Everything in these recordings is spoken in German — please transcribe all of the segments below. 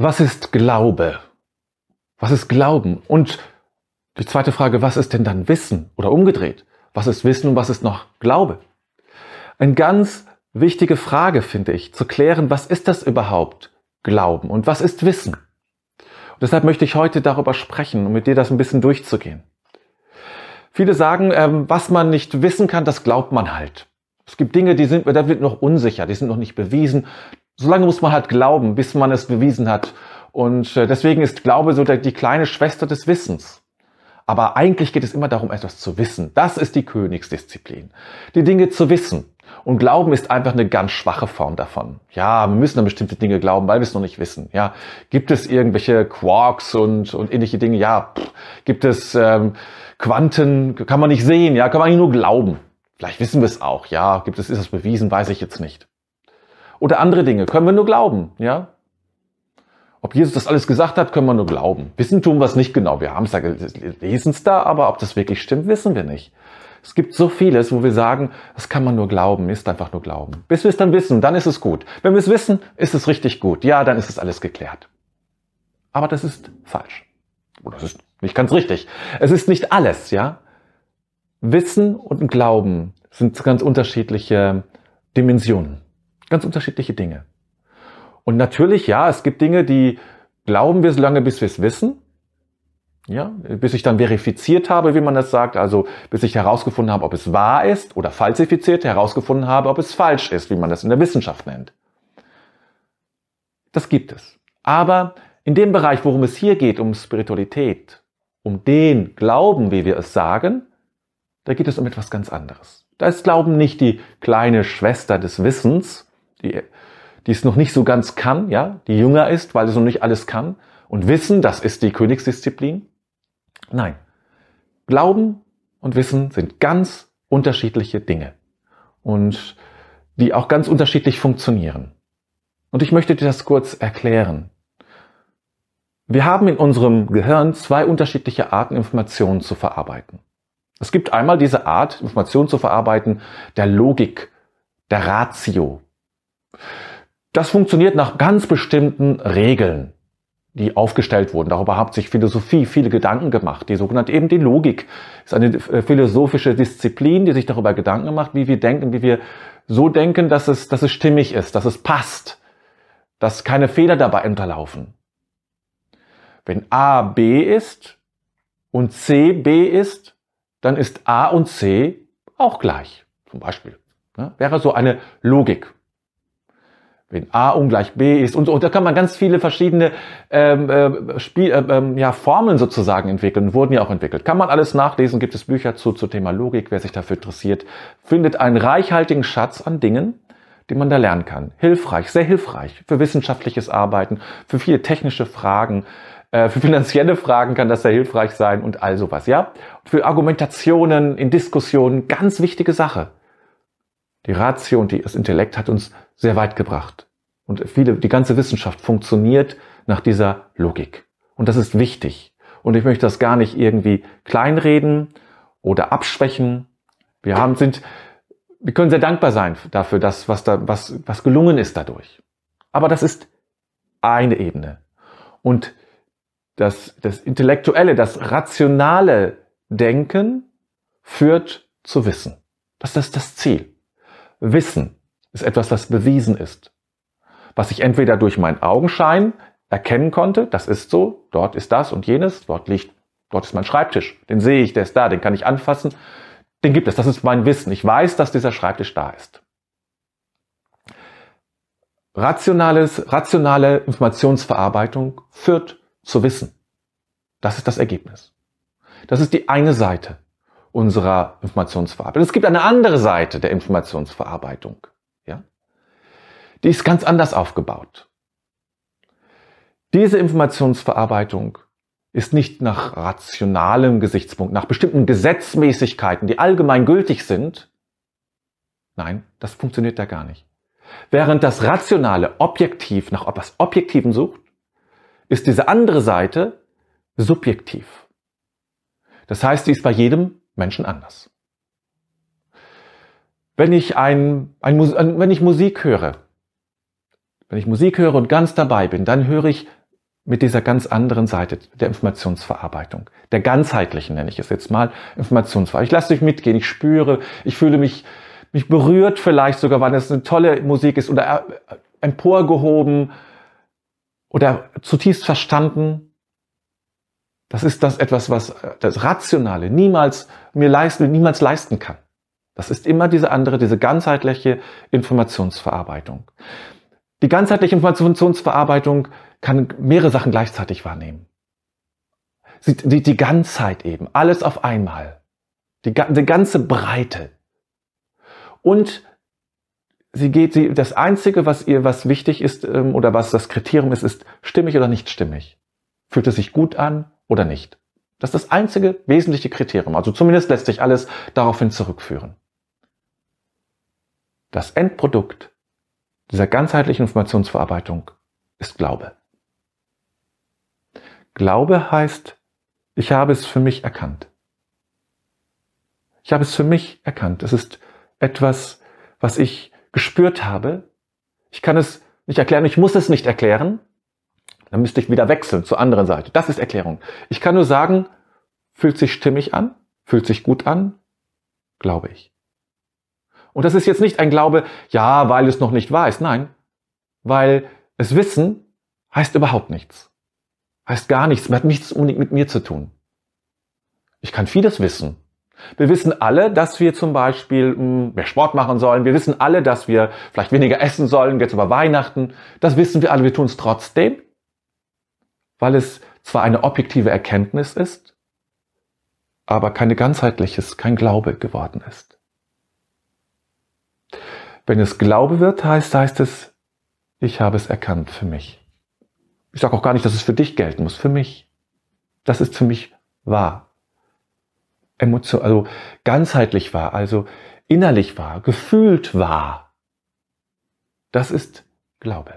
Was ist Glaube? Was ist Glauben? Und die zweite Frage, was ist denn dann Wissen? Oder umgedreht, was ist Wissen und was ist noch Glaube? Eine ganz wichtige Frage, finde ich, zu klären, was ist das überhaupt, Glauben, und was ist Wissen? Und deshalb möchte ich heute darüber sprechen, um mit dir das ein bisschen durchzugehen. Viele sagen, was man nicht wissen kann, das glaubt man halt. Es gibt Dinge, da wird noch unsicher, die sind noch nicht bewiesen. Solange muss man halt glauben, bis man es bewiesen hat. Und deswegen ist Glaube so die kleine Schwester des Wissens. Aber eigentlich geht es immer darum, etwas zu wissen. Das ist die Königsdisziplin. Die Dinge zu wissen. Und Glauben ist einfach eine ganz schwache Form davon. Ja, wir müssen an bestimmte Dinge glauben, weil wir es noch nicht wissen. Ja, gibt es irgendwelche Quarks und ähnliche Dinge? Ja, gibt es Quanten? Kann man nicht sehen. Ja, kann man nur glauben. Vielleicht wissen wir es auch. Ja, ist es bewiesen? Weiß ich jetzt nicht. Oder andere Dinge können wir nur glauben. Ja. Ob Jesus das alles gesagt hat, können wir nur glauben. Wissen tun wir es nicht genau. Wir haben es da, lesen es da, aber ob das wirklich stimmt, wissen wir nicht. Es gibt so vieles, wo wir sagen, das kann man nur glauben, ist einfach nur glauben. Bis wir es dann wissen, dann ist es gut. Wenn wir es wissen, ist es richtig gut. Ja, dann ist es alles geklärt. Aber das ist falsch. Oder das ist nicht ganz richtig. Es ist nicht alles, ja. Wissen und Glauben sind ganz unterschiedliche Dimensionen. Ganz unterschiedliche Dinge. Und natürlich, ja, es gibt Dinge, die glauben wir so lange, bis wir es wissen. Ja, bis ich dann verifiziert habe, wie man das sagt, also bis ich herausgefunden habe, ob es wahr ist, oder falsifiziert herausgefunden habe, ob es falsch ist, wie man das in der Wissenschaft nennt. Das gibt es. Aber in dem Bereich, worum es hier geht, um Spiritualität, um den Glauben, wie wir es sagen, da geht es um etwas ganz anderes. Da ist Glauben nicht die kleine Schwester des Wissens, die es noch nicht so ganz kann, ja, die jünger ist, weil es noch nicht alles kann. Und Wissen, das ist die Königsdisziplin. Nein, Glauben und Wissen sind ganz unterschiedliche Dinge und die auch ganz unterschiedlich funktionieren. Und ich möchte dir das kurz erklären. Wir haben in unserem Gehirn zwei unterschiedliche Arten, Informationen zu verarbeiten. Es gibt einmal diese Art, Informationen zu verarbeiten, der Logik, der Ratio. Das funktioniert nach ganz bestimmten Regeln, die aufgestellt wurden. Darüber hat sich Philosophie viele Gedanken gemacht. Die sogenannte eben die Logik ist eine philosophische Disziplin, die sich darüber Gedanken macht, wie wir denken, wie wir so denken, dass es stimmig ist, dass es passt, dass keine Fehler dabei unterlaufen. Wenn A B ist und C B ist, dann ist A und C auch gleich. Zum Beispiel. Ja, wäre so eine Logik. Wenn A ungleich B ist und so. Und da kann man ganz viele verschiedene Formeln sozusagen entwickeln, wurden ja auch entwickelt. Kann man alles nachlesen, gibt es Bücher zum Thema Logik, wer sich dafür interessiert, findet einen reichhaltigen Schatz an Dingen, die man da lernen kann. Hilfreich, sehr hilfreich für wissenschaftliches Arbeiten, für viele technische Fragen, für finanzielle Fragen kann das sehr hilfreich sein und all sowas, ja. Für Argumentationen in Diskussionen, ganz wichtige Sache. Die Ratio und das Intellekt hat uns sehr weit gebracht. Und die ganze Wissenschaft funktioniert nach dieser Logik. Und das ist wichtig. Und ich möchte das gar nicht irgendwie kleinreden oder abschwächen. Wir können sehr dankbar sein dafür, was gelungen ist dadurch. Aber das ist eine Ebene. Und das intellektuelle, das rationale Denken führt zu Wissen. Das ist das Ziel. Wissen ist etwas, das bewiesen ist. Was ich entweder durch meinen Augenschein erkennen konnte, das ist so, dort ist das und jenes, dort ist mein Schreibtisch, den sehe ich, der ist da, den kann ich anfassen, den gibt es, das ist mein Wissen. Ich weiß, dass dieser Schreibtisch da ist. Rationale Informationsverarbeitung führt zu Wissen. Das ist das Ergebnis. Das ist die eine Seite unserer Informationsverarbeitung. Es gibt eine andere Seite der Informationsverarbeitung. Ja? Die ist ganz anders aufgebaut. Diese Informationsverarbeitung ist nicht nach rationalem Gesichtspunkt, nach bestimmten Gesetzmäßigkeiten, die allgemein gültig sind. Nein, das funktioniert da gar nicht. Während das Rationale objektiv nach etwas Objektiven sucht, ist diese andere Seite subjektiv. Das heißt, die ist bei jedem Menschen anders. Wenn ich Musik höre und ganz dabei bin, dann höre ich mit dieser ganz anderen Seite der Informationsverarbeitung. Der ganzheitlichen, nenne ich es jetzt mal, Informationsverarbeitung. Ich lasse dich mitgehen, ich spüre, ich fühle mich berührt vielleicht sogar, weil es eine tolle Musik ist oder emporgehoben oder zutiefst verstanden. Das ist etwas, was das Rationale niemals leisten kann. Das ist immer diese ganzheitliche Informationsverarbeitung. Die ganzheitliche Informationsverarbeitung kann mehrere Sachen gleichzeitig wahrnehmen. Die Ganzheit eben, alles auf einmal. Die ganze Breite. Und das Einzige, was wichtig ist oder was das Kriterium ist stimmig oder nicht stimmig. Fühlt es sich gut an oder nicht? Das ist das einzige wesentliche Kriterium. Also zumindest lässt sich alles daraufhin zurückführen. Das Endprodukt dieser ganzheitlichen Informationsverarbeitung ist Glaube. Glaube heißt, ich habe es für mich erkannt. Ich habe es für mich erkannt. Es ist etwas, was ich gespürt habe. Ich kann es nicht erklären, ich muss es nicht erklären. Dann müsste ich wieder wechseln zur anderen Seite. Das ist Erklärung. Ich kann nur sagen, fühlt sich stimmig an, fühlt sich gut an, glaube ich. Und das ist jetzt nicht ein Glaube, ja, weil es noch nicht weiß. Nein, weil es Wissen heißt überhaupt nichts. Heißt gar nichts, hat nichts unbedingt mit mir zu tun. Ich kann vieles wissen. Wir wissen alle, dass wir zum Beispiel mehr Sport machen sollen. Wir wissen alle, dass wir vielleicht weniger essen sollen, jetzt über Weihnachten. Das wissen wir alle, wir tun es trotzdem, weil es zwar eine objektive Erkenntnis ist, aber kein Glaube geworden ist. Wenn es Glaube wird, heißt es, ich habe es erkannt für mich. Ich sage auch gar nicht, dass es für dich gelten muss, für mich. Das ist für mich wahr. Also ganzheitlich wahr, also innerlich wahr, gefühlt wahr. Das ist Glaube.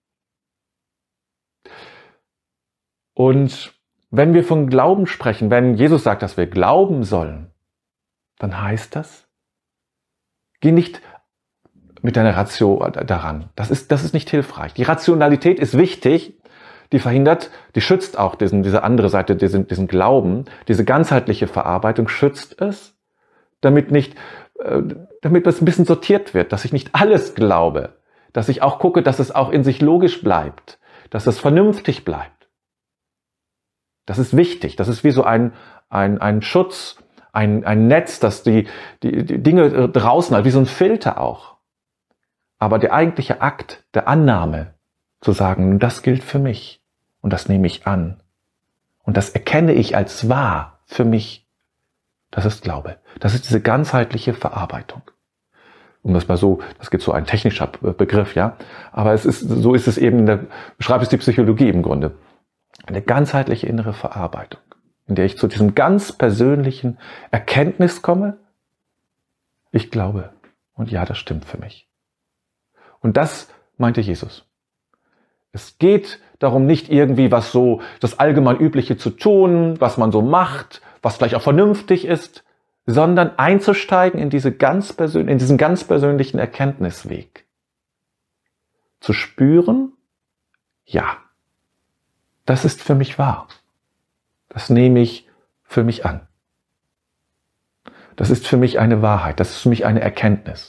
Und wenn wir von Glauben sprechen, wenn Jesus sagt, dass wir glauben sollen, dann heißt das, geh nicht mit deiner Ratio daran. Das ist nicht hilfreich. Die Rationalität ist wichtig, die schützt auch diese andere Seite, diesen Glauben, diese ganzheitliche Verarbeitung schützt es, damit es ein bisschen sortiert wird, dass ich nicht alles glaube, dass ich auch gucke, dass es auch in sich logisch bleibt, dass es vernünftig bleibt. Das ist wichtig, das ist wie so ein Schutz, ein Netz, das die Dinge draußen hat, wie so ein Filter auch. Aber der eigentliche Akt der Annahme, zu sagen, das gilt für mich und das nehme ich an und das erkenne ich als wahr für mich, das ist Glaube. Das ist diese ganzheitliche Verarbeitung. Das geht so ein technischer Begriff, ja, aber so ist es eben, beschreibt es die Psychologie im Grunde. Eine ganzheitliche innere Verarbeitung, in der ich zu diesem ganz persönlichen Erkenntnis komme, ich glaube und ja, das stimmt für mich. Und das meinte Jesus. Es geht darum, nicht irgendwie das allgemein Übliche zu tun, was man so macht, was vielleicht auch vernünftig ist, sondern einzusteigen in diesen ganz persönlichen Erkenntnisweg. Zu spüren, ja, das ist für mich wahr. Das nehme ich für mich an. Das ist für mich eine Wahrheit, das ist für mich eine Erkenntnis.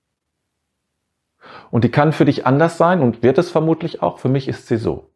Und die kann für dich anders sein und wird es vermutlich auch. Für mich ist sie so.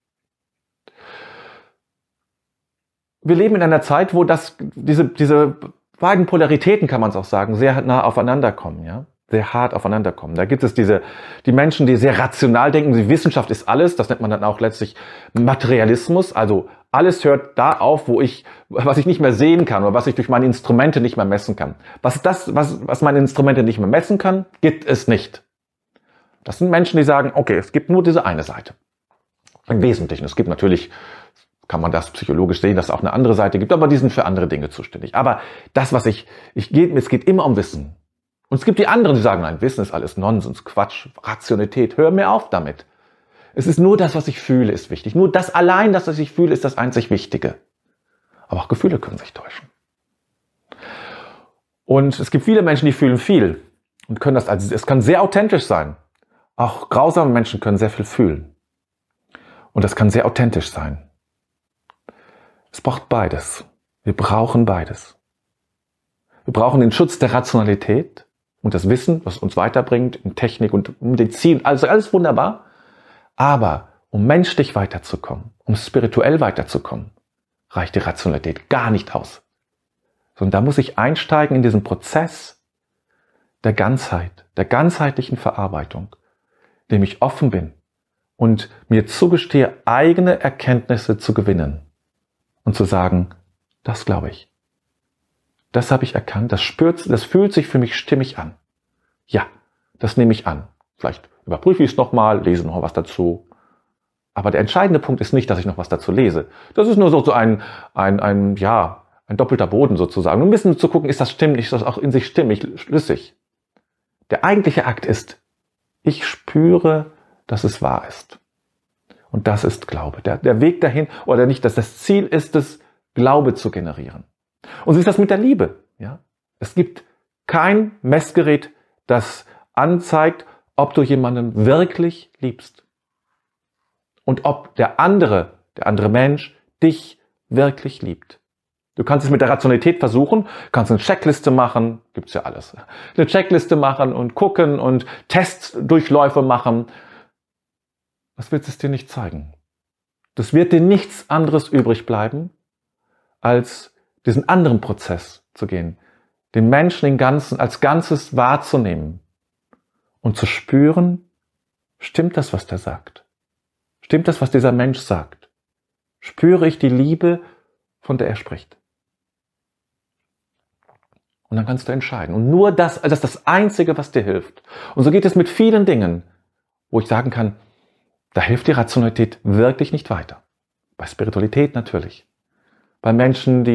Wir leben in einer Zeit, wo diese beiden Polaritäten, kann man es auch sagen, sehr nah aufeinander kommen, ja? Sehr hart aufeinander kommen. Da gibt es die Menschen, die sehr rational denken, die Wissenschaft ist alles, das nennt man dann auch letztlich Materialismus, also alles hört da auf, was ich nicht mehr sehen kann oder was ich durch meine Instrumente nicht mehr messen kann. Was meine Instrumente nicht mehr messen kann, gibt es nicht. Das sind Menschen, die sagen, okay, es gibt nur diese eine Seite. Im Wesentlichen. Es gibt natürlich, kann man das psychologisch sehen, dass es auch eine andere Seite gibt, aber die sind für andere Dinge zuständig. Aber das, es geht immer um Wissen. Und es gibt die anderen, die sagen, nein, Wissen ist alles Nonsens, Quatsch, Rationalität. Hör mir auf damit. Es ist nur das, was ich fühle, ist wichtig. Nur das allein, das, was ich fühle, ist das einzig Wichtige. Aber auch Gefühle können sich täuschen. Und es gibt viele Menschen, die fühlen viel und können es kann sehr authentisch sein. Auch grausame Menschen können sehr viel fühlen. Und das kann sehr authentisch sein. Es braucht beides. Wir brauchen beides. Wir brauchen den Schutz der Rationalität und das Wissen, was uns weiterbringt in Technik und Medizin. Also alles wunderbar. Aber um menschlich weiterzukommen, um spirituell weiterzukommen, reicht die Rationalität gar nicht aus. Sondern da muss ich einsteigen in diesen Prozess der Ganzheit, der ganzheitlichen Verarbeitung, indem ich offen bin und mir zugestehe, eigene Erkenntnisse zu gewinnen und zu sagen, das glaube ich. Das habe ich erkannt, das fühlt sich für mich stimmig an. Ja, das nehme ich an. Vielleicht überprüfe ich es nochmal, lese noch was dazu. Aber der entscheidende Punkt ist nicht, dass ich noch was dazu lese. Das ist nur so ein doppelter Boden sozusagen. Nur ein bisschen zu gucken, ist das stimmig, ist das auch in sich stimmig, schlüssig. Der eigentliche Akt ist, ich spüre, dass es wahr ist. Und das ist Glaube. Der Weg dahin, oder nicht, dass das Ziel ist es, Glaube zu generieren. Und so ist das mit der Liebe. Ja? Es gibt kein Messgerät, das anzeigt, ob du jemanden wirklich liebst. Und ob der andere Mensch dich wirklich liebt. Du kannst es mit der Rationalität versuchen, kannst eine Checkliste machen, gibt's ja alles. Eine Checkliste machen und gucken und Testdurchläufe machen. Was wird es dir nicht zeigen? Das wird dir nichts anderes übrig bleiben, als diesen anderen Prozess zu gehen, den Menschen den Ganzen als Ganzes wahrzunehmen und zu spüren, stimmt das, was der sagt? Stimmt das, was dieser Mensch sagt? Spüre ich die Liebe, von der er spricht? Und dann kannst du entscheiden. Und nur das ist das Einzige, was dir hilft. Und so geht es mit vielen Dingen, wo ich sagen kann, da hilft die Rationalität wirklich nicht weiter. Bei Spiritualität natürlich. Bei Menschen,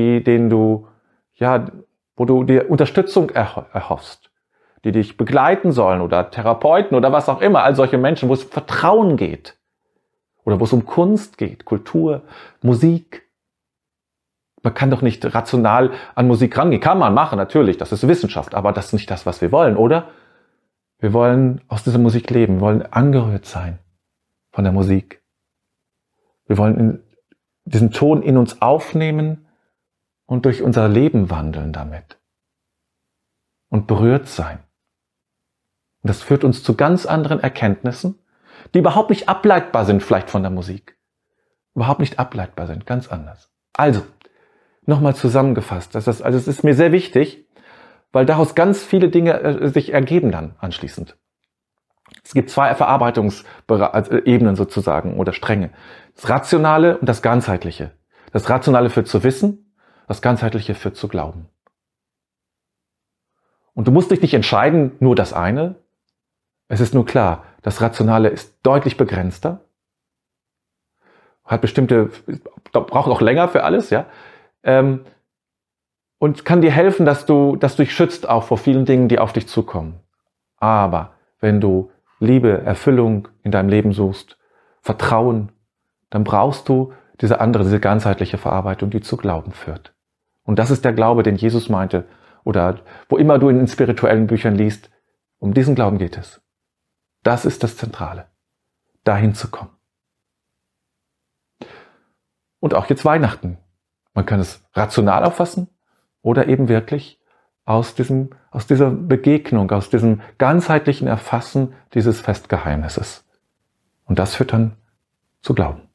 wo du dir Unterstützung erhoffst, die dich begleiten sollen oder Therapeuten oder was auch immer, all solche Menschen, wo es um Vertrauen geht oder wo es um Kunst geht, Kultur, Musik. Man kann doch nicht rational an Musik rangehen. Kann man machen, natürlich, das ist Wissenschaft, aber das ist nicht das, was wir wollen, oder? Wir wollen aus dieser Musik leben, wir wollen angerührt sein von der Musik. Wir wollen diesen Ton in uns aufnehmen und durch unser Leben wandeln damit. Und berührt sein. Und das führt uns zu ganz anderen Erkenntnissen, die überhaupt nicht ableitbar sind vielleicht von der Musik. Überhaupt nicht ableitbar sind, ganz anders. Also, nochmal zusammengefasst, es ist mir sehr wichtig, weil daraus ganz viele Dinge sich ergeben dann anschließend. Es gibt zwei Verarbeitungsebenen sozusagen oder Stränge. Das Rationale und das Ganzheitliche. Das Rationale führt zu Wissen, das Ganzheitliche führt zu Glauben. Und du musst dich nicht entscheiden, nur das eine. Es ist nur klar, das Rationale ist deutlich begrenzter, braucht auch länger für alles, ja. Und kann dir helfen, dass du dich schützt auch vor vielen Dingen, die auf dich zukommen. Aber wenn du Liebe, Erfüllung in deinem Leben suchst, Vertrauen, dann brauchst du diese ganzheitliche Verarbeitung, die zu Glauben führt. Und das ist der Glaube, den Jesus meinte, oder wo immer du in den spirituellen Büchern liest, um diesen Glauben geht es. Das ist das Zentrale, dahin zu kommen. Und auch jetzt Weihnachten. Man kann es rational auffassen oder eben wirklich aus dieser Begegnung, aus diesem ganzheitlichen Erfassen dieses Festgeheimnisses. Und das führt dann zu Glauben.